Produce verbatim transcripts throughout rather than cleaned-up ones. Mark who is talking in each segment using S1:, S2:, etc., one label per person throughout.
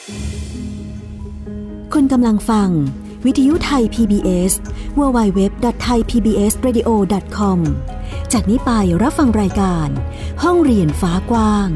S1: คุณกำลังฟังวิทยุไทย พี บี เอส ดับเบิลยู ดับเบิลยู ดับเบิลยู ดอท ไทย พี บี เอส เรดิโอ ดอท คอม จากนี้ไปรับฟังรายการห้องเรียนฟ้ากว้าง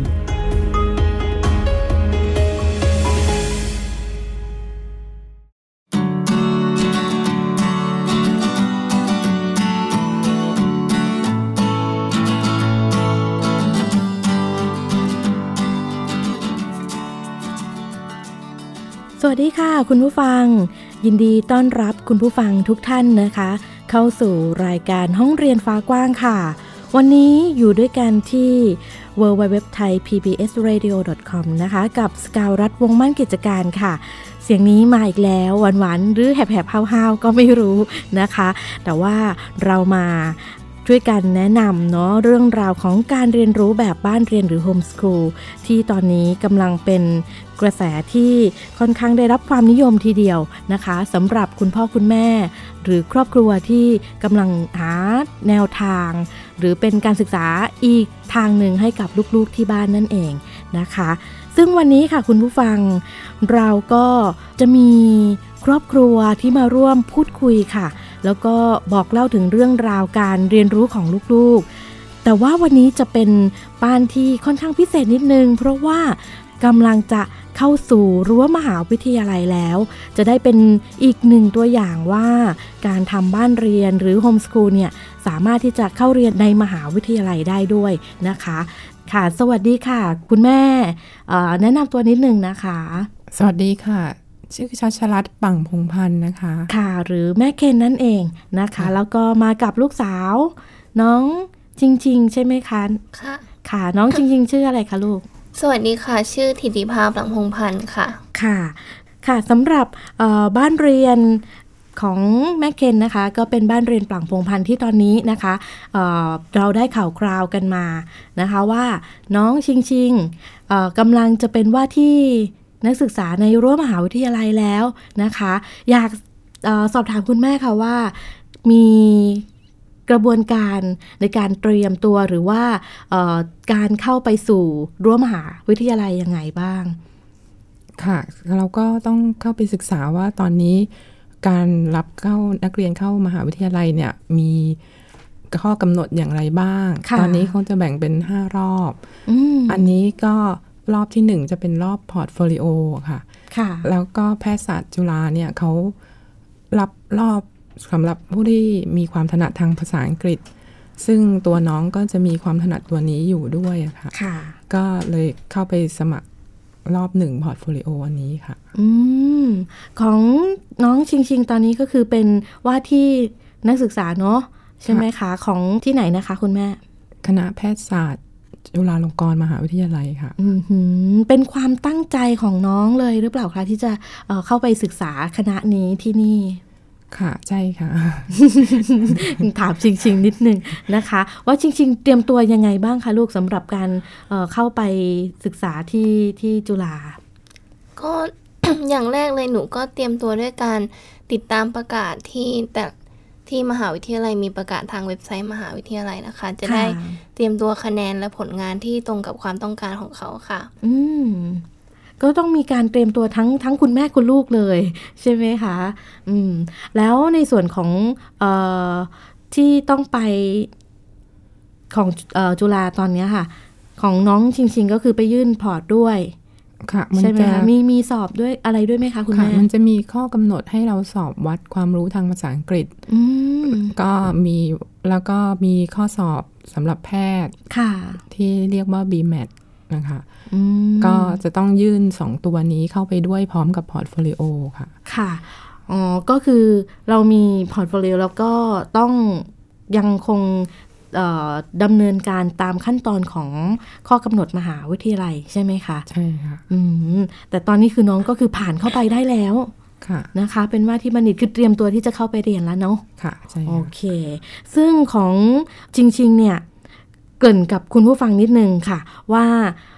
S2: สวัสดีค่ะคุณผู้ฟังยินดีต้อนรับคุณผู้ฟังทุกท่านนะคะเข้าสู่รายการห้องเรียนฟ้ากว้างค่ะวันนี้อยู่ด้วยกันที่ ดับเบิลยู ดับเบิลยู ดับเบิลยู ดอท ไทย พี บี เอส เรดิโอ ดอท คอม นะคะกับสกาวรัตน์วงศ์มั่นกิจการค่ะเสียงนี้มาอีกแล้วหวานๆหรือแหบๆห้าวๆก็ไม่รู้นะคะแต่ว่าเรามาช่วยกันแนะนำเนาะเรื่องราวของการเรียนรู้แบบบ้านเรียนหรือโฮมสคูลที่ตอนนี้กำลังเป็นกระแสที่ค่อนข้างได้รับความนิยมทีเดียวนะคะสำหรับคุณพ่อคุณแม่หรือครอบครัวที่กำลังหาแนวทางหรือเป็นการศึกษาอีกทางหนึ่งให้กับลูกๆที่บ้านนั่นเองนะคะซึ่งวันนี้ค่ะคุณผู้ฟังเราก็จะมีครอบครัวที่มาร่วมพูดคุยค่ะแล้วก็บอกเล่าถึงเรื่องราวการเรียนรู้ของลูกๆแต่ว่าวันนี้จะเป็นบ้านที่ค่อนข้างพิเศษนิดนึงเพราะว่ากำลังจะเข้าสู่รั้วมหาวิทยาลัยแล้วจะได้เป็นอีกหนึ่งตัวอย่างว่าการทำบ้านเรียนหรือโฮมสคูลเนี่ยสามารถที่จะเข้าเรียนในมหาวิทยาลัยได้ด้วยนะคะค่ะสวัสดีค่ะคุณแม่แนะนำตัวนิดนึงนะคะ
S3: สวัสดีค่ะชื่อชัชรัตน์ปังพงษ์พันธ์นะคะ
S2: ค่ะหรือแม่เคนนั่นเองนะคะแล้วก็มากับลูกสาวน้องจริงๆใช่ไหมคะ
S4: ค่ะ
S2: ค่ะน้องจริงๆชื่ออะไรคะลูก
S4: สวัสดีค่ะชื่อธิติภาปังพงษ์พันธ์ค่ะ
S2: ค่ะค่ะสำหรับบ้านเรียนของแม่เคนนะคะก็เป็นบ้านเรียนปลั่งพงพันธ์ที่ตอนนี้นะคะเอ่อเราได้ข่าวคราวกันมานะคะว่าน้องชิงชิงเอ่อกำลังจะเป็นว่าที่นักศึกษาในรั้วมหาวิทยาลัยแล้วนะคะอยากเอ่อสอบถามคุณแม่ค่ะว่ามีกระบวนการในการเตรียมตัวหรือว่าเอ่อการเข้าไปสู่รั้วมหาวิทยาลัยยังไงบ้าง
S3: ค่ะเราก็ต้องเข้าไปศึกษาว่าตอนนี้การรับเข้านักเรียนเข้ามหาวิทยาลัยเนี่ยมีข้อกำหนดอย่างไรบ้างตอนนี้เขาจะแบ่งเป็นห้ารอบ อ, อันนี้ก็รอบที่หนึ่งจะเป็นรอบพอร์ตโฟลิโอค่ะแล้วก็แพทยศาสตร์จุฬาเนี่ยเขารับรอบสำหรับผู้ที่มีความถนัดทางภาษาอังกฤษซึ่งตัวน้องก็จะมีความถนัดตัวนี้อยู่ด้วยค่ะก็เลยเข้าไปสมัครรอบหนึ่งพอร์ตโฟลิโออันนี้ค่ะ
S2: อืมของน้องชิงชิงตอนนี้ก็คือเป็นว่าที่นักศึกษาเนาะใช่ไหมคะของที่ไหนนะคะคุณแม่
S3: คณะแพทยศาสตร์จุฬาลงกรณ์มหาวิทยาลัยค่ะ
S2: อือหือเป็นความตั้งใจของน้องเลยหรือเปล่าคะที่จะเอ่อเข้าไปศึกษาคณะนี้ที่นี่
S3: ค่ะใช่ค่ะ
S2: ถามจริงๆนิดนึงนะคะว่าจริงๆเตรียมตัวยังไงบ้างคะลูกสำหรับการเอ่อเข้าไปศึกษาที่ที่จุฬา
S4: ก็ อย่างแรกเลยหนูก็เตรียมตัวด้วยการติดตามประกาศที่แต่ที่มหาวิทยาลัยมีประกาศทางเว็บไซต์มหาวิทยาลัยนะคะจะได้เตรียมตัวคะแนนและผลงานที่ตรงกับความต้องการของเขาค่ะ
S2: อืมก็ต้องมีการเตรียมตัวทั้งทั้งคุณแม่คุณลูกเลยใช่ไหมคะอืมแล้วในส่วนของเอ่อที่ต้องไปของเอ่อจุฬาตอนนี้ค่ะของน้องชิงชิงก็คือไปยื่นพอร์ตด้วย
S3: ค่ะ
S2: ใช่ไหมคะมีมีสอบด้วยอะไรด้วยไหมคะคุณแม่
S3: มันจะมีข้อกำหนดให้เราสอบวัดความรู้ทางภาษาอังกฤษก็มีแล้วก็มีข้อสอบสำหรับแพทย์ที่เรียกว่า บี แมท นะคะก็จะต้องยื่นสองตัวนี้เข้าไปด้วยพร้อมกับพอร์ตโฟลิโอค่ะ
S2: ค่ะอ๋อก็คือเรามีพอร์ตโฟลิโอแล้วก็ต้องยังคงดำเนินการตามขั้นตอนของข้อกำหนดมหาวิทยาลัยใช่ไหมคะ
S3: ใช่ค่ะ
S2: อืมแต่ตอนนี้คือน้องก็คือผ่านเข้าไปได้แล้วนะคะเป็นว่าที่บัณฑิตคือเตรียมตัวที่จะเข้าไปเรียนแล้วเนาะ
S3: ค่ะใช่
S2: โอเคซึ่งของจริงๆเนี่ยเกริ่นกับคุณผู้ฟังนิดนึงค่ะว่า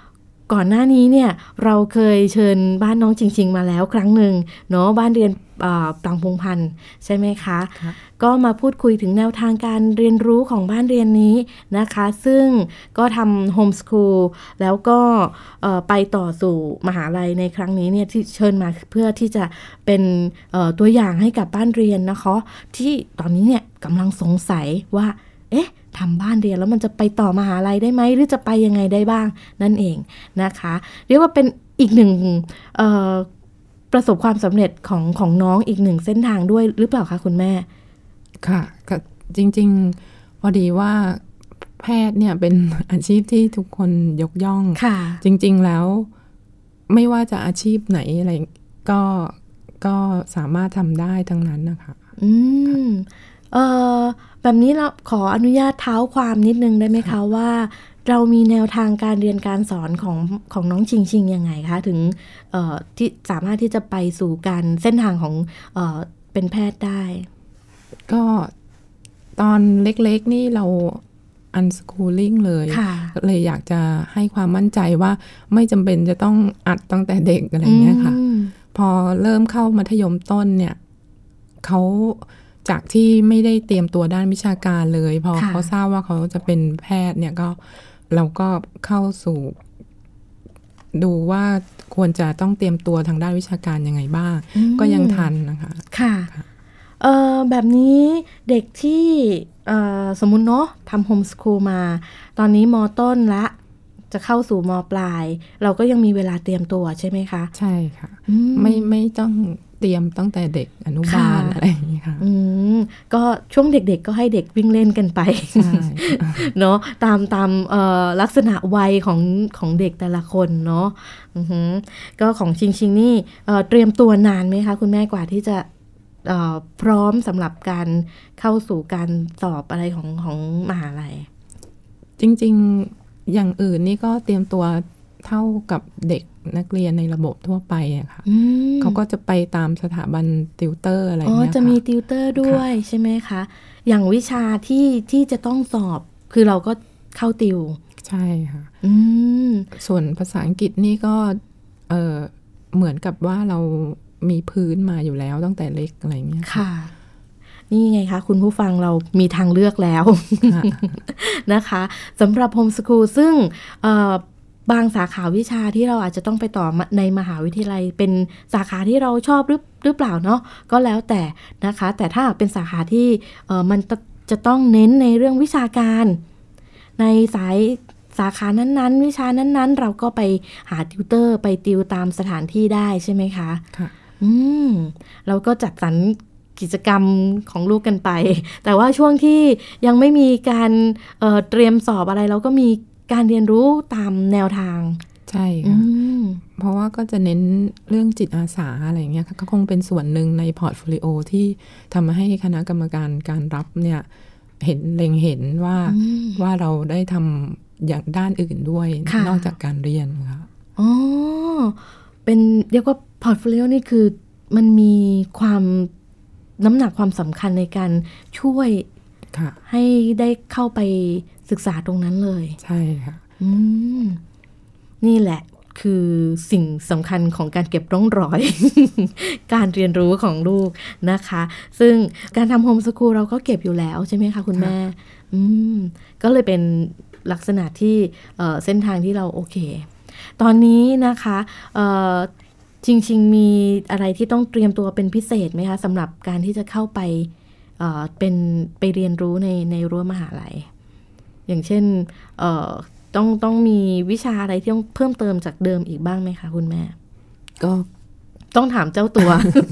S2: ก่อนหน้านี้เนี่ยเราเคยเชิญบ้านน้องจริงๆมาแล้วครั้งหนึ่งเนาะบ้านเรียนปลังพงพันธ์ใช่ไหมคะก็มาพูดคุยถึงแนวทางการเรียนรู้ของบ้านเรียนนี้นะคะซึ่งก็ทำโฮมสคูลแล้วก็ไปต่อสู่มหาลัยในครั้งนี้เนี่ยที่เชิญมาเพื่อที่จะเป็นตัวอย่างให้กับบ้านเรียนนะคะที่ตอนนี้เนี่ยกำลังสงสัยว่าเอ๊ะทำบ้านเรียนแล้วมันจะไปต่อมหาลัยได้ไหมหรือจะไปยังไงได้บ้างนั่นเองนะคะเรียกว่าเป็นอีกหนึ่งประสบความสำเร็จของของน้องอีกหนึ่งเส้นทางด้วยหรือเปล่าคะคุณแม่
S3: ค่ะก็จริงๆพอดีว่าแพทย์เนี่ยเป็นอาชีพที่ทุกคนยกย่องจริงๆแล้วไม่ว่าจะอาชีพไหนอะไรก็ก็สามารถทำได้ทั้งนั้นนะคะอื
S2: มเอ่อแบบนี้เราขออนุญาตเท้าความนิดนึงได้ไหมคะว่าเรามีแนวทางการเรียนการสอนของของน้องชิงชิงยังไงคะถึงเอ่อที่สามารถที่จะไปสู่การเส้นทางของเอ่อเป็นแพทย์ได้
S3: ก็ตอนเล็กๆนี่เราอันสคูลิ่งเลยเลยอยากจะให้ความมั่นใจว่าไม่จำเป็นจะต้องอัดตั้งแต่เด็กอะไรเงี้ยค่ะพอเริ่มเข้ามัธยมต้นเนี่ยเขาจากที่ไม่ได้เตรียมตัวด้านวิชาการเลยพอเขาทราบว่าเขาจะเป็นแพทย์เนี่ยก็เราก็เข้าสู่ดูว่าควรจะต้องเตรียมตัวทางด้านวิชาการยังไงบ้างก็ยังทันนะคะ
S2: ค่ะเอ่อแบบนี้เด็กที่เอ่อสมมุติเนาะทำโฮมสคูลมาตอนนี้ม.ต้นละจะเข้าสู่ม.ปลายเราก็ยังมีเวลาเตรียมตัวใช่ไหมคะ
S3: ใช่ค่ะไม่ไม่ต้องเตรียมตั้งแต่เด็กอนุบาลอะไรอย่างนี้ค่ะ
S2: อืมก็ช่วงเด็กๆก็ให้เด็กวิ่งเล่นกันไปเนาะตามตามเอ่อลักษณะวัยของของเด็กแต่ละคนเนาะอือฮึก็ของชิงชิงนี่เอ่อเตรียมตัวนานไหมคะคุณแม่กว่าที่จะเอ่อพร้อมสำหรับการเข้าสู่การสอบอะไรของของมหาลัย
S3: จริงๆอย่างอื่นนี่ก็เตรียมตัวเท่ากับเด็กนักเรียนในระบบทั่วไปอะค่ะเขาก็จะไปตามสถาบันติวเตอร์อะไรอย่างเงี้ยค่ะ
S2: อ๋อจะมีติวเตอร์ด้วยใช่ไหมคะอย่างวิชาที่ที่จะต้องสอบคือเราก็เข้าติว
S3: ใช่ค่ะส่วนภาษาอังกฤษนี่ก็เออเหมือนกับว่าเรามีพื้นมาอยู่แล้วตั้งแต่เล็กอะไรอย่างเงี้ย
S2: ค่ะนี่ไงคะคุณผู้ฟังเรามีทางเลือกแล้วนะคะสำหรับโฮมสคูลซึ่งบางสาขาวิชาที่เราอาจจะต้องไปต่อในมหาวิทยาลัยเป็นสาขาที่เราชอบหรือหรือเปล่าเนาะก็แล้วแต่นะคะแต่ถ้าเป็นสาขาที่มันจะต้องเน้นในเรื่องวิชาการในสายสาขานั้นๆวิชานั้นๆเราก็ไปหาติวเตอร์ไปติวตามสถานที่ได้ใช่ไหมคะ
S3: ค่ะ
S2: อืมเราก็จัดสรรกิจกรรมของลูกกันไปแต่ว่าช่วงที่ยังไม่มีการเอ่อเตรียมสอบอะไรเราก็มีการเรียนรู้ตามแนวทาง
S3: ใช่ค่ะเพราะว่าก็จะเน้นเรื่องจิตอาสาอะไรอย่างเงี้ยก็คงเป็นส่วนหนึ่งในพอร์ตโฟลิโอที่ทำให้คณะกรรมการการรับเนี่ยเห็นเล็งเห็นว่าว่าเราได้ทำอย่างด้านอื่นด้วยนอกจากการเรียนค่ะ
S2: อ๋อเป็นเรียกว่าพอร์ตโฟลิโอนี่คือมันมีความน้ำหนักความสำคัญในการช่วยให้ได้เข้าไปศึกษาตรงนั้นเลย
S3: ใช่ค่ะ
S2: นี่แหละคือสิ่งสำคัญของการเก็บร่องรอย การเรียนรู้ของลูกนะคะซึ่งการทำโฮมสคูลเราก็เก็บอยู่แล้วใช่ไหมคะคุณแม่ก็เลยเป็นลักษณะที่เส้นทางที่เราโอเคตอนนี้นะคะจริงๆมีอะไรที่ต้องเตรียมตัวเป็นพิเศษไหมคะสำหรับการที่จะเข้าไปเอ่อเป็นไปเรียนรู้ในในรั้วมหาลัยอย่างเช่นเอ่อต้องต้องมีวิชาอะไรที่ต้องเพิ่มเติมจากเดิมอีกบ้างไหมคะคุณแม่
S3: ก็
S2: ต้องถามเจ้าตัว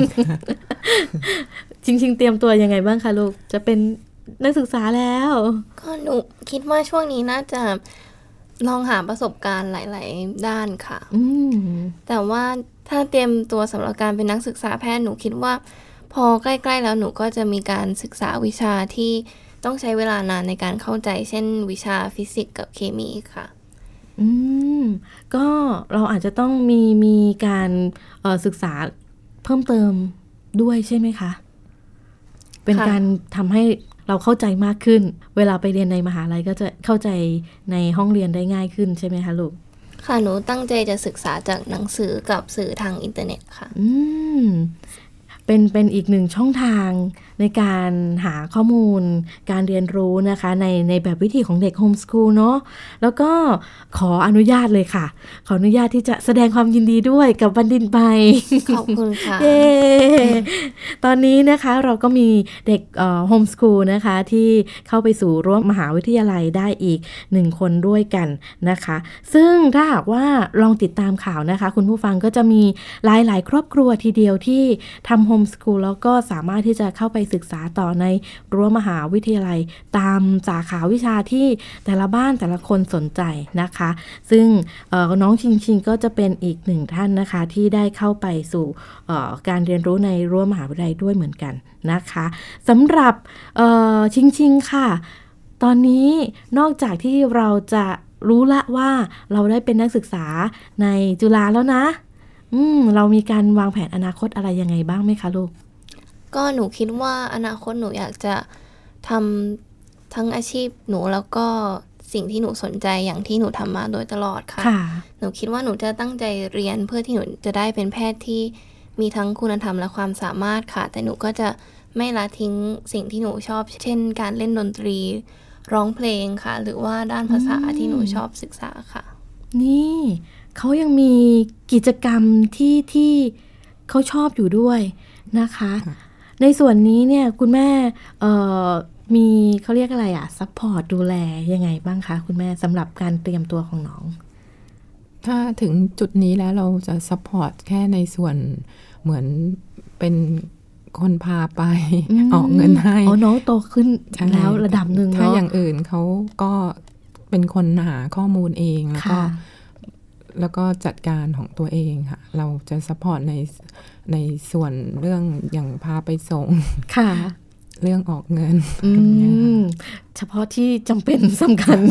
S2: จริงๆเตรียมตัวยังไงบ้างคะลูกจะเป็นนักศึกษาแล้ว
S4: ก็หนูคิดว่าช่วงนี้น่าจะลองหาประสบการณ์หลายๆด้านค่ะแต่ว่าถ้าเตรียมตัวสำหรับการเป็นนักศึกษาแพทย์หนูคิดว่าพอใกล้ๆแล้วหนูก็จะมีการศึกษาวิชาที่ต้องใช้เวลานานในการเข้าใจเช่นวิชาฟิสิกส์กับเคมีค่ะ
S2: อืมก็เราอาจจะต้องมีมีการเอ่อศึกษาเพิ่มเติมด้วยใช่ไหมคะเป็นการทำให้เราเข้าใจมากขึ้นเวลาไปเรียนในมหาลัยก็จะเข้าใจในห้องเรียนได้ง่ายขึ้นใช่ไหมคะลูก
S4: ค่ะหนูตั้งใจจะศึกษาจากหนังสือกับสื่อทางอินเทอร์เน็ตค่ะ
S2: อืมเป็นเป็นอีกหนึ่งช่องทางในการหาข้อมูลการเรียนรู้นะคะในในแบบวิธีของเด็กโฮมสคูลเนาะแล้วก็ขออนุญาตเลยค่ะขออนุญาตที่จะแสดงความยินดีด้วยกับบัณฑิตใหม่
S4: ขอบคุณค่ะ
S2: เย้ตอนนี้นะคะเราก็มีเด็กโฮมสคูลนะคะที่เข้าไปสู่รั้วมหาวิทยาลัยได้อีกหนึ่งคนด้วยกันนะคะซึ่งถ้าหากว่าลองติดตามข่าวนะคะคุณผู้ฟังก็จะมีหลายๆครอบครัวทีเดียวที่ทำโฮมสคูลแล้วก็สามารถที่จะเข้าไปศึกษาต่อในรั้วมหาวิทยาลัยตามสาขาวิชาที่แต่ละบ้านแต่ละคนสนใจนะคะซึ่งน้องชิงชิงก็จะเป็นอีกหนึ่งท่านนะคะที่ได้เข้าไปสู่การเรียนรู้ในรั้วมหาวิทยาลัยด้วยเหมือนกันนะคะสำหรับชิงชิงค่ะตอนนี้นอกจากที่เราจะรู้ละว่าเราได้เป็นนักศึกษาในจุฬาแล้วนะอืมเรามีการวางแผนอนาคตอะไรยังไงบ้างไหมคะลูก
S4: ก็หนูคิดว่าอนาคตหนูอยากจะทำทั้งอาชีพหนูแล้วก็สิ่งที่หนูสนใจอย่างที่หนูทำมาโดยตลอดค่ะหนูคิดว่าหนูจะตั้งใจเรียนเพื่อที่หนูจะได้เป็นแพทย์ที่มีทั้งคุณธรรมและความสามารถค่ะแต่หนูก็จะไม่ละทิ้งสิ่งที่หนูชอบเช่นการเล่นดนตรีร้องเพลงค่ะหรือว่าด้านภาษาที่หนูชอบศึกษาค่ะ
S2: นี่เขายังมีกิจกรรมที่ที่เขาชอบอยู่ด้วยนะคะในส่วนนี้เนี่ยคุณแม่เอ่อมีเขาเรียกอะไรอะซัพพอร์ตดูแลยังไงบ้างคะคุณแม่สำหรับการเตรียมตัวของน้อง
S3: ถ้าถึงจุดนี้แล้วเราจะซัพพอร์ตแค่ในส่วนเหมือนเป็นคนพาไป อ, ออกเงินให้
S2: อ๋อน้องโตขึ้นแล้วระดับหนึ่งเนาะ
S3: ถ้าอย่างอื่นเขาก็เป็นคนหาข้อมูลเองแล้วก็แล้วก็จัดการของตัวเองค่ะเราจะซัพพอร์ตในในส่วนเรื่องอย่างพาไปส่ง
S2: ค่ะ
S3: เรื่องออกเงิน
S2: เฉพาะที่จำเป็นสำคัญ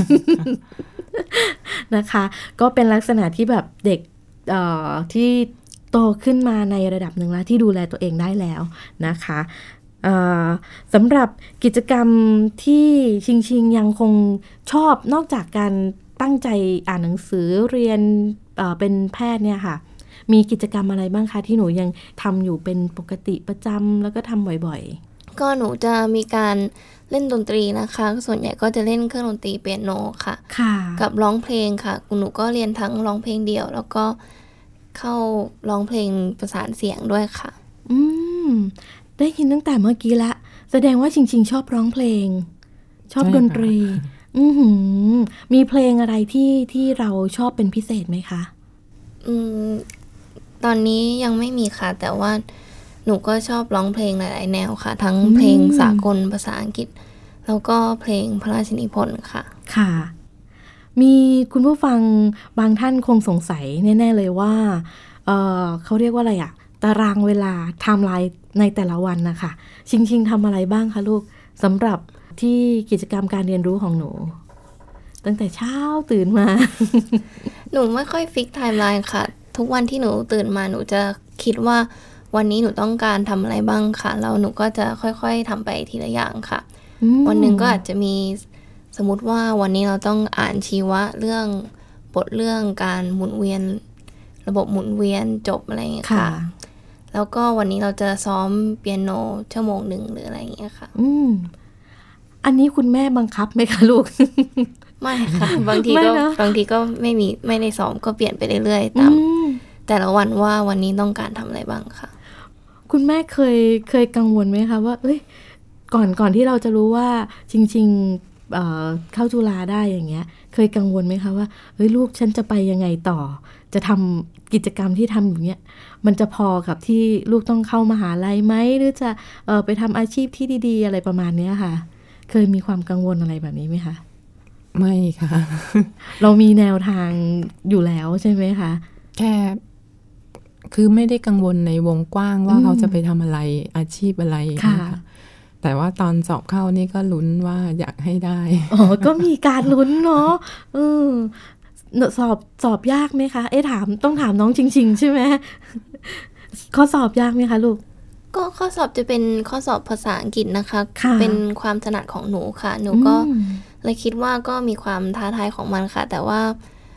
S2: นะคะก็เป็นลักษณะที่แบบเด็กที่โตขึ้นมาในระดับหนึ่งแล้วที่ดูแลตัวเองได้แล้วนะคะสำหรับกิจกรรมที่ชิงชิงยังคงชอบนอกจากการตั้งใจอ่านหนังสือเรียน เอ่อ เป็นแพทย์เนี่ยค่ะมีกิจกรรมอะไรบ้างคะที่หนูยังทำอยู่เป็นปกติประจำแล้วก็ทำบ่อย
S4: ๆก็หนูจะมีการเล่นดนตรีนะคะส่วนใหญ่ก็จะเล่นเครื่องดนตรีเปียโนค่ะ
S2: ค่ะ
S4: กับร้องเพลงค่ะหนูก็เรียนทั้งร้องเพลงเดี่ยวแล้วก็เข้าร้องเพลงประสานเสียงด้วยค่ะ
S2: อืมได้ยินตั้งแต่เมื่อกี้ละแสดงว่าชิงชิงชอบร้องเพลงชอบดนตรีอือหือมีเพลงอะไรที่ที่เราชอบเป็นพิเศษไหมคะ
S4: อืมตอนนี้ยังไม่มีค่ะแต่ว่าหนูก็ชอบร้องเพลงหลายๆแนวค่ะทั้งเพลงสากลภาษาอังกฤษแล้วก็เพลงพระราชนิพนธ์ค่ะ
S2: ค่ะมีคุณผู้ฟังบางท่านคงสงสัยแน่ๆเลยว่า เอ่อ เขาเรียกว่าอะไรอะตารางเวลาไทม์ไลน์ในแต่ละวันนะคะชิงชิงทำอะไรบ้างคะลูกสำหรับที่กิจกรรมการเรียนรู้ของหนูตั้งแต่เช้าตื่นมา
S4: หนูไม่ค่อยฟิกไทม์ไลน์ค่ะทุกวันที่หนูตื่นมาหนูจะคิดว่าวันนี้หนูต้องการทำอะไรบ้างค่ะแล้วหนูก็จะค่อยๆทำไปทีละอย่างค่ะวันหนึ่งก็อาจจะมีสมมติว่าวันนี้เราต้องอ่านชีวะเรื่องบทเรื่องการหมุนเวียนระบบหมุนเวียนจบอะไรอย่างเงี้ยค่ะแล้วก็วันนี้เราจะซ้อมเปียโนชั่วโมงหนึ่งหรืออะไรอย่างเงี้ยค่ะ
S2: อืมอันนี้คุณแม่บังคับไหมคะลูก
S4: ไม่ค่ะบางทีก็บางทีก็ไม่มีไม่ได้ซ้อมก็เปลี่ยนไปเรื่อยๆตามแต่ละวันว่าวันนี้ต้องการทำอะไรบ้างค่ะ
S2: คุณแม่เคยเคยกังวลไหมคะว่าเอ้ยก่อนก่อนที่เราจะรู้ว่าจริงๆ เอ่อ เข้าจุฬาได้อย่างเงี้ยเคยกังวลไหมคะว่าเฮ้ยลูกฉันจะไปยังไงต่อจะทำกิจกรรมที่ทำอย่างเงี้ยมันจะพอกับที่ลูกต้องเข้ามหาลัยไหมหรือจะเอ่อไปทำอาชีพที่ดีๆอะไรประมาณเนี้ยค่ะเคยมีความกังวลอะไรแบบนี้ไหมคะ
S3: ไม่ค่ะ
S2: เรามีแนวทางอยู่แล้วใช่ไหมคะ
S3: แค่คือไม่ได้กังวลในวงกว้างว่าเขาจะไปทำอะไรอาชีพอะไรค่ะแต่ว่าตอนสอบเข้านี่ก็ลุ้นว่าอยากให้ได้
S2: อ๋อก็มีการลุ้นเนาะเออสอบสอบยากไหมคะเอ๊ะถามต้องถามน้องจริงๆใช่ไหมข้อสอบยากไหมคะลูก
S4: ก็ข้อสอบจะเป็นข้อสอบภาษาอังกฤษนะคะเป็นความถนัดของหนูค่ะหนูก็เลยคิดว่าก็มีความท้าทายของมันค่ะแต่ว่า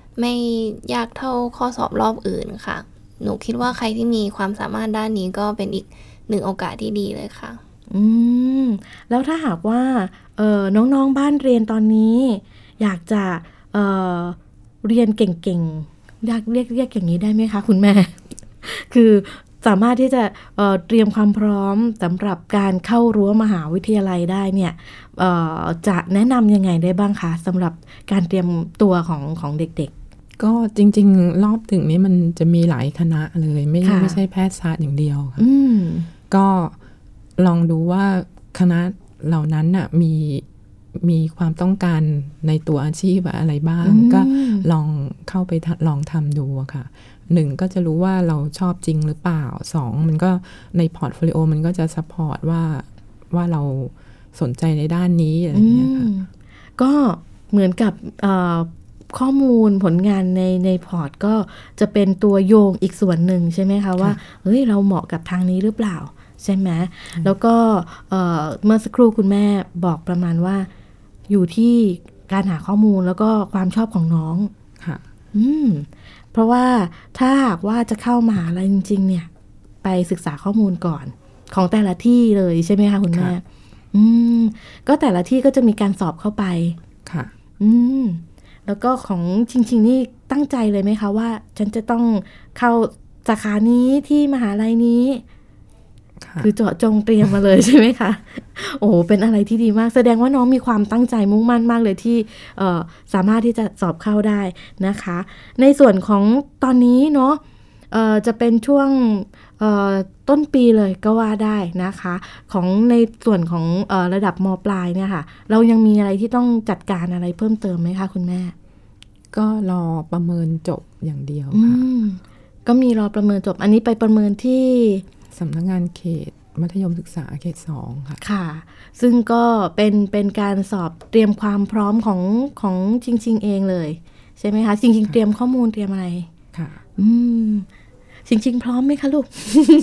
S4: ไม่ยากเท่าข้อสอบรอบอื่นค่ะหนูคิดว่าใครที่มีความสามารถด้านนี้ก็เป็นอีกหนึ่งโอกาสที่ดีเลยค่ะ
S2: อืมแล้วถ้าหากว่าเอ่อน้องๆบ้านเรียนตอนนี้อยากจะเอ่อเรียนเก่งๆอยากเรียกเรียกอย่างนี้ได้ไหมคะคุณแม่ คือสามารถที่จะเอ่อเตรียมความพร้อมสำหรับการเข้ารั้วมหาวิทยาลัยได้เนี่ยเอ่อจะแนะนำยังไงได้บ้างคะสำหรับการเตรียมตัวของของเด็กๆ
S3: ก็จริงๆรอบถึงนี้มันจะมีหลายคณะเลยไม่ไม่ใช่แพทยศาสตร์อย่างเดียวค่ะก็ลองดูว่าคณะเหล่านั้นน่ะมีมีความต้องการในตัวอาชีพอะไรบ้างก็ลองเข้าไปลองทำดูค่ะหนึ่งก็จะรู้ว่าเราชอบจริงหรือเปล่าสองมันก็ในพอร์ตโฟลิโอมันก็จะซัพพอร์ตว่าว่าเราสนใจในด้านนี้อะไรอย่างเงี้ยค่ะ
S2: ก็เหมือนกับข้อมูลผลงานในในพอร์ตก็จะเป็นตัวโยงอีกส่วนหนึ่งใช่ไหมคะว่าเฮ้ยเราเหมาะกับทางนี้หรือเปล่าใช่ไหมแล้วก็เมื่อสักครู่คุณแม่บอกประมาณว่าอยู่ที่การหาข้อมูลแล้วก็ความชอบของน้อง
S3: ค่ะ
S2: อืมเพราะว่าถ้าหากว่าจะเข้ามหาลัยจริงๆเนี่ยไปศึกษาข้อมูลก่อนของแต่ละที่เลยใช่ไหมคะคุณแม่อืมก็แต่ละที่ก็จะมีการสอบเข้าไป
S3: ค่ะ
S2: อืมแล้วก็ของจริงๆนี่ตั้งใจเลยไหมคะว่าฉันจะต้องเข้าสาขานี้ที่มหาลัยนี้คือเจาะจงเตรียมมาเลยใช่ไหมคะโอ้โหเป็นอะไรที่ดีมากแสดงว่าน้องมีความตั้งใจมุ่งมั่นมากเลยที่เอ่อสามารถที่จะสอบเข้าได้นะคะในส่วนของตอนนี้เนาะเอ่อจะเป็นช่วงเอ่อต้นปีเลยก็ว่าได้นะคะของในส่วนของเอ่อระดับม.ปลายเนี่ยค่ะเรายังมีอะไรที่ต้องจัดการอะไรเพิ่มเติมไหมคะคุณแม่
S3: ก็รอประเมินจบอย่างเดียวค่ะ
S2: ก็มีรอประเมินจบอันนี้ไปประเมินที่
S3: สำนักงานเขตมัธยมศึกษาเขตสองค่ะ
S2: ค่ะซึ่งก็เป็นเป็นการสอบเตรียมความพร้อมของของจริงๆเองเลยใช่ไหมคะจริงๆเตรียมข้อมูลเตรียมอะไร
S3: ค่ะ
S2: อืมจริงๆพร้อมไหมคะลูก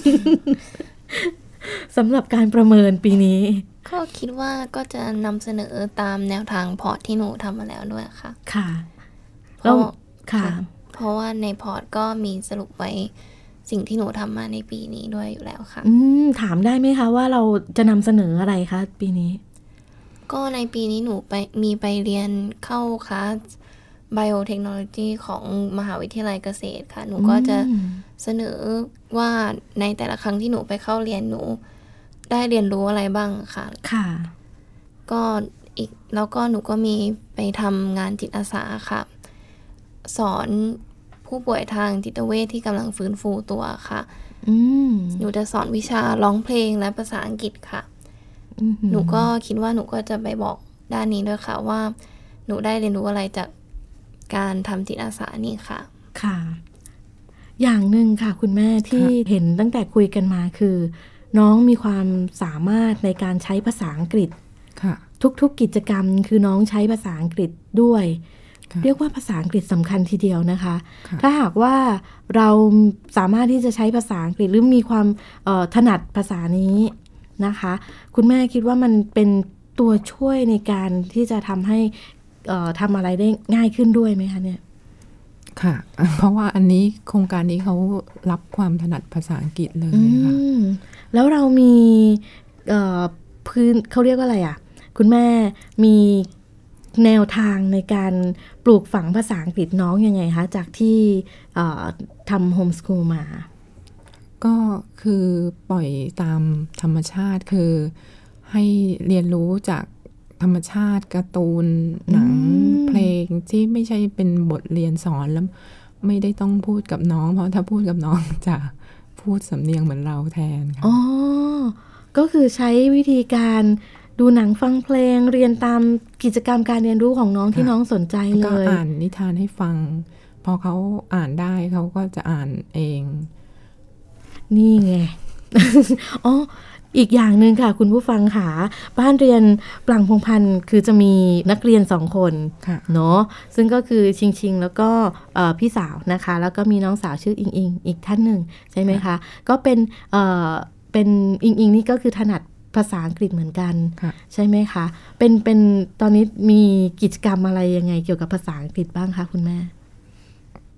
S2: สำหรับการประเมินปีนี้
S4: ก็คิดว่าก็จะนำเสนอตามแนวทางพอร์ตที่หนูทำมาแล้วด้วยค่ะ
S2: ค่ะ
S4: เพราะ
S2: ค่ะ
S4: เพราะว่าในพอร์ตก็มีสรุปไว้สิ่งที่หนูทำมาในปีนี้ด้วยอยู่แล้วค่ะ
S2: อืมถามได้ไหมคะว่าเราจะนำเสนออะไรคะปีนี้
S4: ก็ในปีนี้หนูไปมีไปเรียนเข้าคลาส Biotechnology ของมหาวิทยาลัยเกษตรค่ะหนูก็จะเสนอว่าในแต่ละครั้งที่หนูไปเข้าเรียนหนูได้เรียนรู้อะไรบ้างค่ะ
S2: ค่ะ
S4: ก็อีกแล้วก็หนูก็มีไปทำงานจิตอาสาค่ะสอนผู้ป่วยทางจิตเวชที่กำลังฟื้นฟูตัวค่ะหนูจะสอนวิชาร้องเพลงและภาษาอังกฤษค่ะหนูก็คิดว่าหนูก็จะไปบอกด้านนี้ด้วยค่ะว่าหนูได้เรียนรู้อะไรจากการทำจิตอาสานี่ค่ะ
S2: ค่ะอย่างหนึ่งค่ะคุณแม่ที่เห็นตั้งแต่คุยกันมาคือน้องมีความสามารถในการใช้ภาษาอังกฤษทุกๆกิจกรรมคือน้องใช้ภาษาอังกฤษด้วยเรียกว่าภาษาอังกฤษสำคัญทีเดียวนะคะถ้าหากว่าเราสามารถที่จะใช้ภาษาอังกฤษหรือมีความถนัดภาษานี้นะคะคุณแม่คิดว่ามันเป็นตัวช่วยในการที่จะทำให้ทำอะไรได้ง่ายขึ้นด้วยไหมคะเนี่ย
S3: ค่ะเพราะว่าอันนี้โครงการนี้เขารับความถนัดภาษาอังกฤษเลยค่ะ
S2: แล้วเรามีพื้นเขาเรียกว่าอะไรอ่ะคุณแม่มีแนวทางในการปลูกฝังภาษาอังกฤษน้องยังไงคะจากที่ทำโฮมสคูลมา
S3: ก็คือปล่อยตามธรรมชาติคือให้เรียนรู้จากธรรมชาติการ์ตูนหนังเพลงที่ไม่ใช่เป็นบทเรียนสอนแล้วไม่ได้ต้องพูดกับน้องเพราะถ้าพูดกับน้องจะพูดสำเนียงเหมือนเราแทนค่ะ
S2: อ๋อก็คือใช้วิธีการดูหนังฟังเพลงเรียนตามกิจกรรมการเรียนรู้ของน้องที่น้องสนใจเลย
S3: ก็อ่านนิทานให้ฟังพอเขาอ่านได้เขาก็จะอ่านเอง
S2: นี่ไง อ๋ออีกอย่างหนึ่งค่ะคุณผู้ฟังค่ะบ้านเรียนปลังพงพันธ์คือจะมีนักเรียนสองคนเนาะซึ่งก็คือชิงชิงแล้วก็พี่สาวนะคะแล้วก็มีน้องสาวชื่ออิงอิงอีกท่านหนึ่งใช่ไหมคะก็เป็นเอ่อเป็นอิงอิงนี่ก็คือถนัดภาษาอังกฤษเหมือนกันใช่ไหมคะเป็นเป็นตอนนี้มีกิจกรรมอะไรยังไงเกี่ยวกับภาษาอังกฤษบ้างคะคุณแม่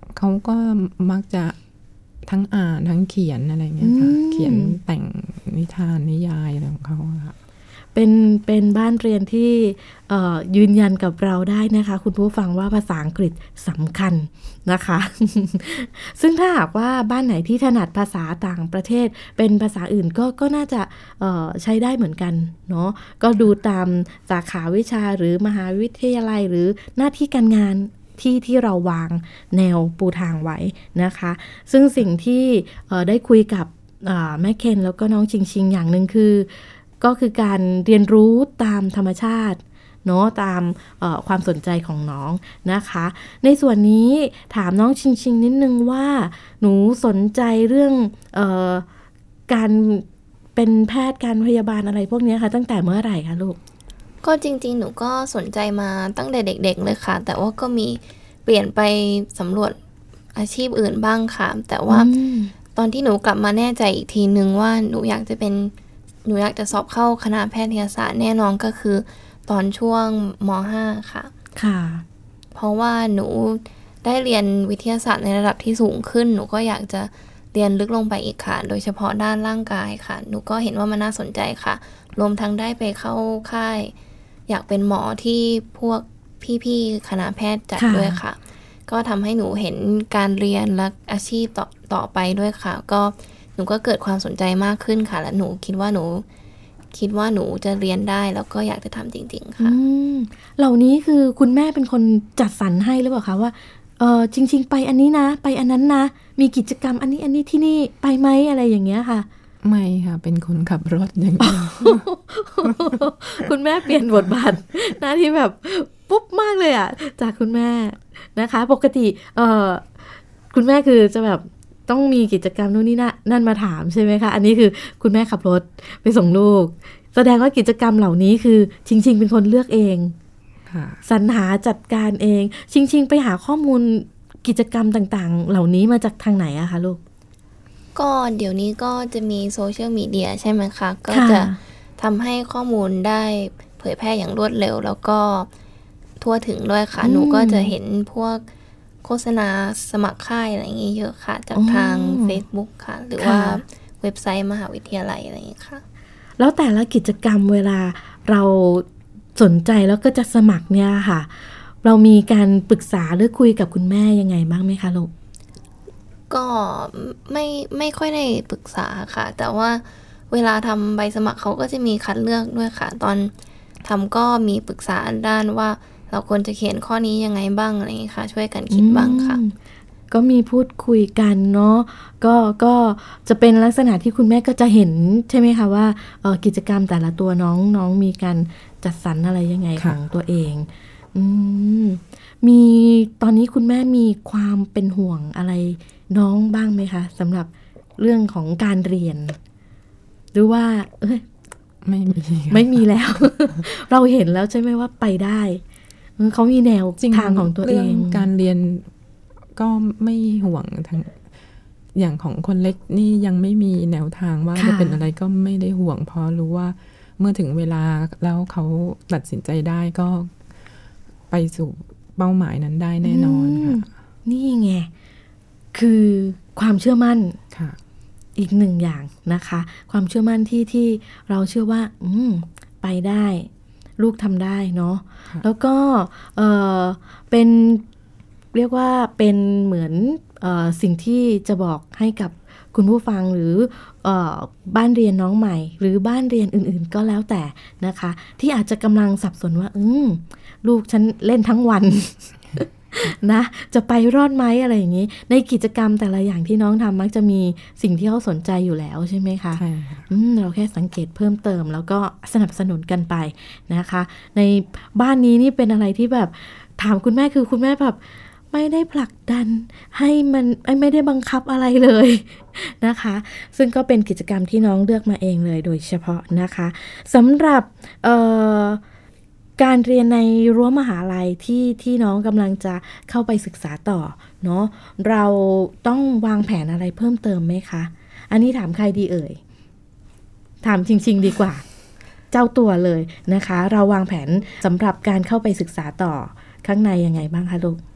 S3: เขาก็มักจะทั้งอ่านทั้งเขียนอะไรเงี้ยค่ะเขียนแต่งนิทานนิยายอะไรของเขาค่ะ
S2: เป็นเป็นบ้านเรียนที่ยืนยันกับเราได้นะคะคุณผู้ฟังว่าภาษาอังกฤษสำคัญนะคะ ซึ่งถ้าหากว่าบ้านไหนที่ถนัดภาษาต่างประเทศเป็นภาษาอื่นก็ก็น่าจะใช้ได้เหมือนกันเนาะก็ดูตามสาขาวิชาหรือมหาวิทยาลัยหรือหน้าที่การงานที่ที่เราวางแนวปูทางไว้นะคะซึ่งสิ่งที่ได้คุยกับแม่เคนแล้วก็น้องชิงชิงอย่างหนึ่งคือก็คือการเรียนรู้ตามธรรมชาติเนาะตามความสนใจของน้องนะคะในส่วนนี้ถามน้องชิงชิงนิดนึงว่าหนูสนใจเรื่องเอ่อการเป็นแพทย์การพยาบาลอะไรพวกนี้ค่ะตั้งแต่เมื่อไหร่คะลูก
S4: ก็จริงๆหนูก็สนใจมาตั้งแต่เด็กๆเลยค่ะแต่ว่าก็มีเปลี่ยนไปสำรวจอาชีพอื่นบ้างค่ะแต่ว่าตอนที่หนูกลับมาแน่ใจอีกทีนึงว่าหนูอยากจะเป็นหนูอยากจะสอบเข้าคณะแพทยศาสตร์แน่นอนก็คือตอนช่วงม.ห้า ค่ะ
S2: ค่ะ
S4: เพราะว่าหนูได้เรียนวิทยาศาสตร์ในระดับที่สูงขึ้นหนูก็อยากจะเรียนลึกลงไปอีกค่ะโดยเฉพาะด้านร่างกายค่ะหนูก็เห็นว่ามันน่าสนใจค่ะรวมทั้งได้ไปเข้าค่ายอยากเป็นหมอที่พวกพี่ๆคณะแพทย์จัดด้วยค่ะก็ทำให้หนูเห็นการเรียนและอาชีพต่อต่อไปด้วยค่ะก็หนูก็เกิดความสนใจมากขึ้นค่ะและหนูคิดว่าหนูคิดว่าหนูจะเรียนได้แล้วก็อยากจะทำจริงๆค่ะ
S2: เหล่านี้คือคุณแม่เป็นคนจัดสรรให้หรือเปล่าคะว่าเออจริงๆไปอันนี้นะไปอันนั้นนะมีกิจกรรมอันนี้อันนี้ที่นี่ไปไหมอะไรอย่างเงี้ยค่ะ
S3: ไม่ค่ะเป็นคนขับรถอย่างเดียว
S2: คุณแม่เปลี่ยนบทบาทหน้าที่แบบปุ๊บมากเลยอ่ะจากคุณแม่นะคะปกติเออคุณแม่คือจะแบบต้องมีกิจกรรมนู่นนี่นั่นนั่นมาถามใช่ไหมคะอันนี้คือคุณแม่ขับรถไปส่งลูกแสดงว่ากิจกรรมเหล่านี้คือชิงชิงเป็นคนเลือกเองสรรหาจัดการเองชิงชิงไปหาข้อมูลกิจกรรมต่างๆเหล่านี้มาจากทางไหนอะคะลูก
S4: ก็เดี๋ยวนี้ก็จะมีโซเชียลมีเดียใช่ไหมคะก็จะทำให้ข้อมูลได้เผยแพร่อย่างรวดเร็วแล้วก็ทั่วถึงด้วยค่ะหนูก็จะเห็นพวกโฆษณาสมัครค่ายอะไรอย่างนี้เยอะค่ะจากทาง Facebook ค่ะหรือว่าเว็บไซต์มหาวิทยาลัยอะไรอย่างนี้ค่ะ
S2: แล้วแต่ละกิจกรรมเวลาเราสนใจแล้วก็จะสมัครเนี่ยค่ะเรามีการปรึกษาหรือคุยกับคุณแม่ยังไงบ้างไหมคะลูก
S4: ก็ไม่ไม่ค่อยได้ปรึกษาค่ะแต่ว่าเวลาทำใบสมัครเขาก็จะมีคัดเลือกด้วยค่ะตอนทำก็มีปรึกษาด้านว่าเราควรจะเขียนข้อนี้ยังไงบ้างอะไรอย่างนี้ค่ะช่วยกันคิดบ้างค่ะ
S2: ก็มีพูดคุยกันเนาะก็ก็จะเป็นลักษณะที่คุณแม่ก็จะเห็นใช่ไหมคะว่าเอ่อกิจกรรมแต่ละตัวน้องน้องมีการจัดสรรอะไรยังไงของตัวเองอืมมีตอนนี้คุณแม่มีความเป็นห่วงอะไรน้องบ้างไหมคะสำหรับเรื่องของการเรียนหรือว่าเอ้ย
S3: ไม่มี
S2: ไม่มีแล้ว เราเห็นแล้วใช่ไหมว่าไปได้เขามีแนวทางของตัวเอง
S3: การเรียนก็ไม่ห่วงทางอย่างของคนเล็กนี่ยังไม่มีแนวทางว่าจะเป็นอะไรก็ไม่ได้ห่วงเพราะรู้ว่าเมื่อถึงเวลาแล้วเขาตัดสินใจได้ก็ไปสู่เป้าหมายนั้นได้แน่นอนค่ะ
S2: นี่ไงคือความเชื่อมั่นอีกหนึ่งอย่างนะคะความเชื่อมั่นที่ที่เราเชื่อว่าอืมไปได้ลูกทำได้เนาะแล้วก็เออเป็นเรียกว่าเป็นเหมือนเออสิ่งที่จะบอกให้กับคุณผู้ฟังหรือเออบ้านเรียนน้องใหม่หรือบ้านเรียนอื่นๆก็แล้วแต่นะคะที่อาจจะกำลังสับสนว่าอืมลูกฉันเล่นทั้งวัน นะจะไปรอดไหมอะไรอย่างนี้ในกิจกรรมแต่ละอย่างที่น้องทำมักจะมีสิ่งที่เขาสนใจอยู่แล้วใช่ไหมคะ
S3: ใช่
S2: เราแค่สังเกตเพิ่มเติมแล้วก็สนับสนุนกันไปนะคะในบ้านนี้นี่เป็นอะไรที่แบบถามคุณแม่คือคุณแม่แบบไม่ได้ผลักดันให้มันไม่ได้บังคับอะไรเลยนะคะซึ่งก็เป็นกิจกรรมที่น้องเลือกมาเองเลยโดยเฉพาะนะคะสำหรับเอ่อการเรียนในรั้วมหาลัยที่ที่น้องกำลังจะเข้าไปศึกษาต่อเนาะเราต้องวางแผนอะไรเพิ่มเติมไหมคะอันนี้ถามใครดีเอ่ยถามจริงๆดีกว่าเจ้าตัวเลยนะคะเราวางแผนสำหรับการเข้าไปศึกษาต่อข้างในยังไงบ้างคะลูก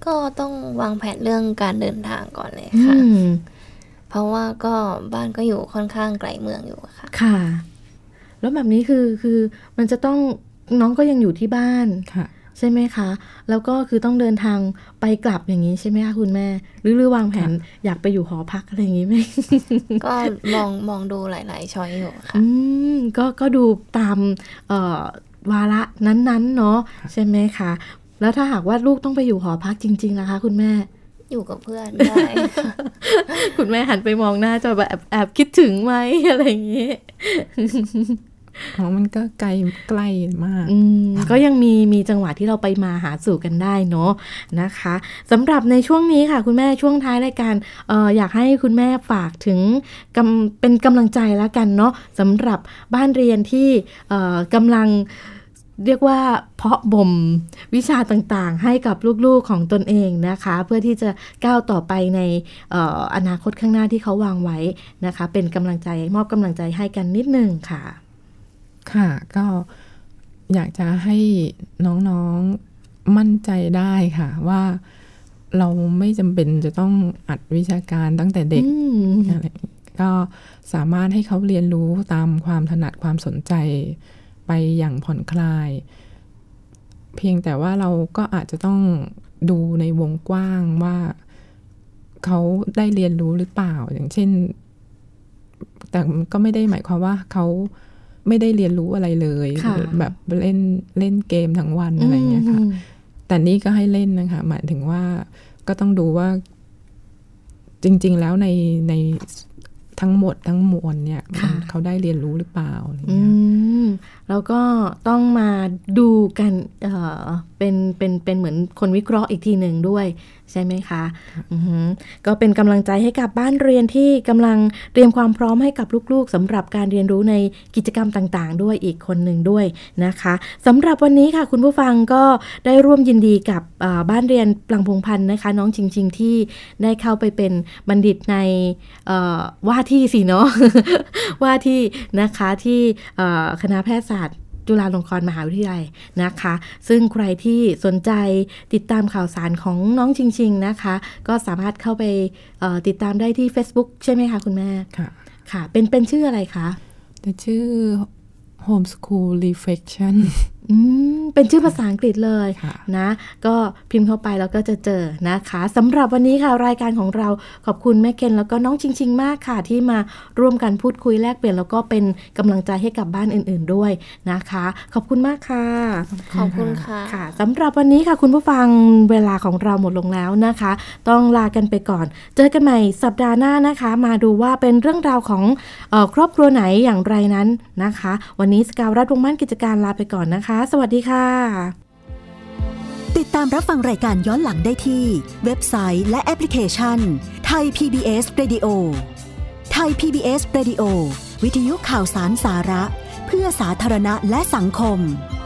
S4: ก็ต้องวางแผนเรื่องการเดินทางก่อนเลยค่ะเพราะว่าก็บ้านก็อยู่ค่อนข้างไกลเมืองอยู่ค่ะ
S2: ค่ะแล้วแบบนี้คือคือมันจะต้องน้องก็ยังอยู่ที่บ้าน
S3: ค่ะ
S2: ใช่ไหมคะแล้วก็คือต้องเดินทางไปกลับอย่างนี้ใช่ไหมคะคุณแม่หรือหรือวางแผนอยากไปอยู่หอพักอะไรอย่างนี้ไหม
S4: ก็มองมองดูหลายๆช้อยอยู่ค่ะ
S2: อืมก็ก็ดูตามเอ่อวาระนั้นๆเนาะใช่ไหมคะแล้วถ้าหากว่าลูกต้องไปอยู่หอพักจริงๆล่ะคะคุณแม่
S4: อยู่กับเพื่อนได้
S2: คุณแม่หันไปมองหน้าจะแบบแอบแอบคิดถึงไหมอะไรอย่างนี้
S3: อ๋อมันก็ไกลใกล้มาก
S2: ก็ยังมีมีจังหวะที่เราไปมาหาสู่กันได้เนาะนะคะสำหรับในช่วงนี้ค่ะคุณแม่ช่วงท้ายรายการเอ่ออยากให้คุณแม่ฝากถึงกำเป็นกำลังใจแล้วกันเนาะสำหรับบ้านเรียนที่เอ่อกำลังเรียกว่าเพาะบ่มวิชาต่างๆให้กับลูกๆของตนเองนะคะเพื่อที่จะก้าวต่อไปในเอ่ออนาคตข้างหน้าที่เขาวางไว้นะคะเป็นกำลังใจมอบกำลังใจให้กันนิดนึงค่ะ
S3: ค่ะก็อยากจะให้น้องๆมั่นใจได้ค่ะว่าเราไม่จำเป็นจะต้องอัดวิชาการตั้งแต่เด็กอะไรก็สามารถให้เขาเรียนรู้ตามความถนัดความสนใจไปอย่างผ่อนคลายเพียงแต่ว่าเราก็อาจจะต้องดูในวงกว้างว่าเขาได้เรียนรู้หรือเปล่าอย่างเช่นแต่ก็ไม่ได้หมายความว่าเขาไม่ได้เรียนรู้อะไรเลยแบบเล่นเล่นเกมทั้งวันอะไรเงี้ยค่ะแต่นี่ก็ให้เล่นนะคะหมายถึงว่าก็ต้องดูว่าจริงๆแล้วในในทั้งหมดทั้งมวลเนี่ยเขาได้เรียนรู้หรือเปล่าอะไรเงี้ย
S2: แล้วก็ต้องมาดูกันเอ่อเป็นเป็นเป็นเหมือนคนวิเคราะห์อีกทีหนึ่งด้วยใช่ไหมคะก็เป็นกำลังใจให้กับบ้านเรียนที่กำลังเตรียมความพร้อมให้กับลูกๆสำหรับการเรียนรู้ในกิจกรรมต่างๆด้วยอีกคนหนึ่งด้วยนะคะสำหรับวันนี้ค่ะคุณผู้ฟังก็ได้ร่วมยินดีกับบ้านเรียนปลังพงษ์พันธ์นะคะน้องจริงๆที่ได้เข้าไปเป็นบัณฑิตในว่าที่สิเนาะ ว่าที่นะคะที่คณะแพทยศาสตร์จุฬาลงกรณ์มหาวิทยาลัยนะคะซึ่งใครที่สนใจติดตามข่าวสารของน้องชิงๆนะคะก็สามารถเข้าไปติดตามได้ที่ Facebook ใช่ไหมคะคุณแม่
S3: ค่ะ
S2: ค่ะเป็นเป็นชื่ออะไรคะ
S3: แต่ชื่อ Homeschool Reflection
S2: อืมเป็นชื่อภาษาอังกฤษเลยนะก็พิมพ์เข้าไปแล้วก็จะเจอนะคะสำหรับวันนี้ค่ะรายการของเราขอบคุณแม่เคนแล้วก็น้องชิงๆมากค่ะที่มาร่วมกันพูดคุยแลกเปลี่ยนแล้วก็เป็นกำลังใจให้กับบ้านอื่นๆด้วยนะคะขอบคุณมากค่ะ
S4: ขอบคุณค่ะ
S2: ค่ะสำหรับวันนี้ค่ะคุณผู้ฟังเวลาของเราหมดลงแล้วนะคะต้องลากันไปก่อนเจอกันใหม่สัปดาห์หน้านะคะมาดูว่าเป็นเรื่องราวของเอ่อครอบครัวไหนอย่างไรนั้นนะคะวันนี้สกาวรัฐวงศ์มั่นกิจการลาไปก่อนนะคะสวัสดีค่ะ
S1: ติดตามรับฟังรายการย้อนหลังได้ที่เว็บไซต์และแอปพลิเคชัน Thai พี บี เอส Radio Thai พี บี เอส Radio วิทยุข่าวสารสาระเพื่อสาธารณะและสังคม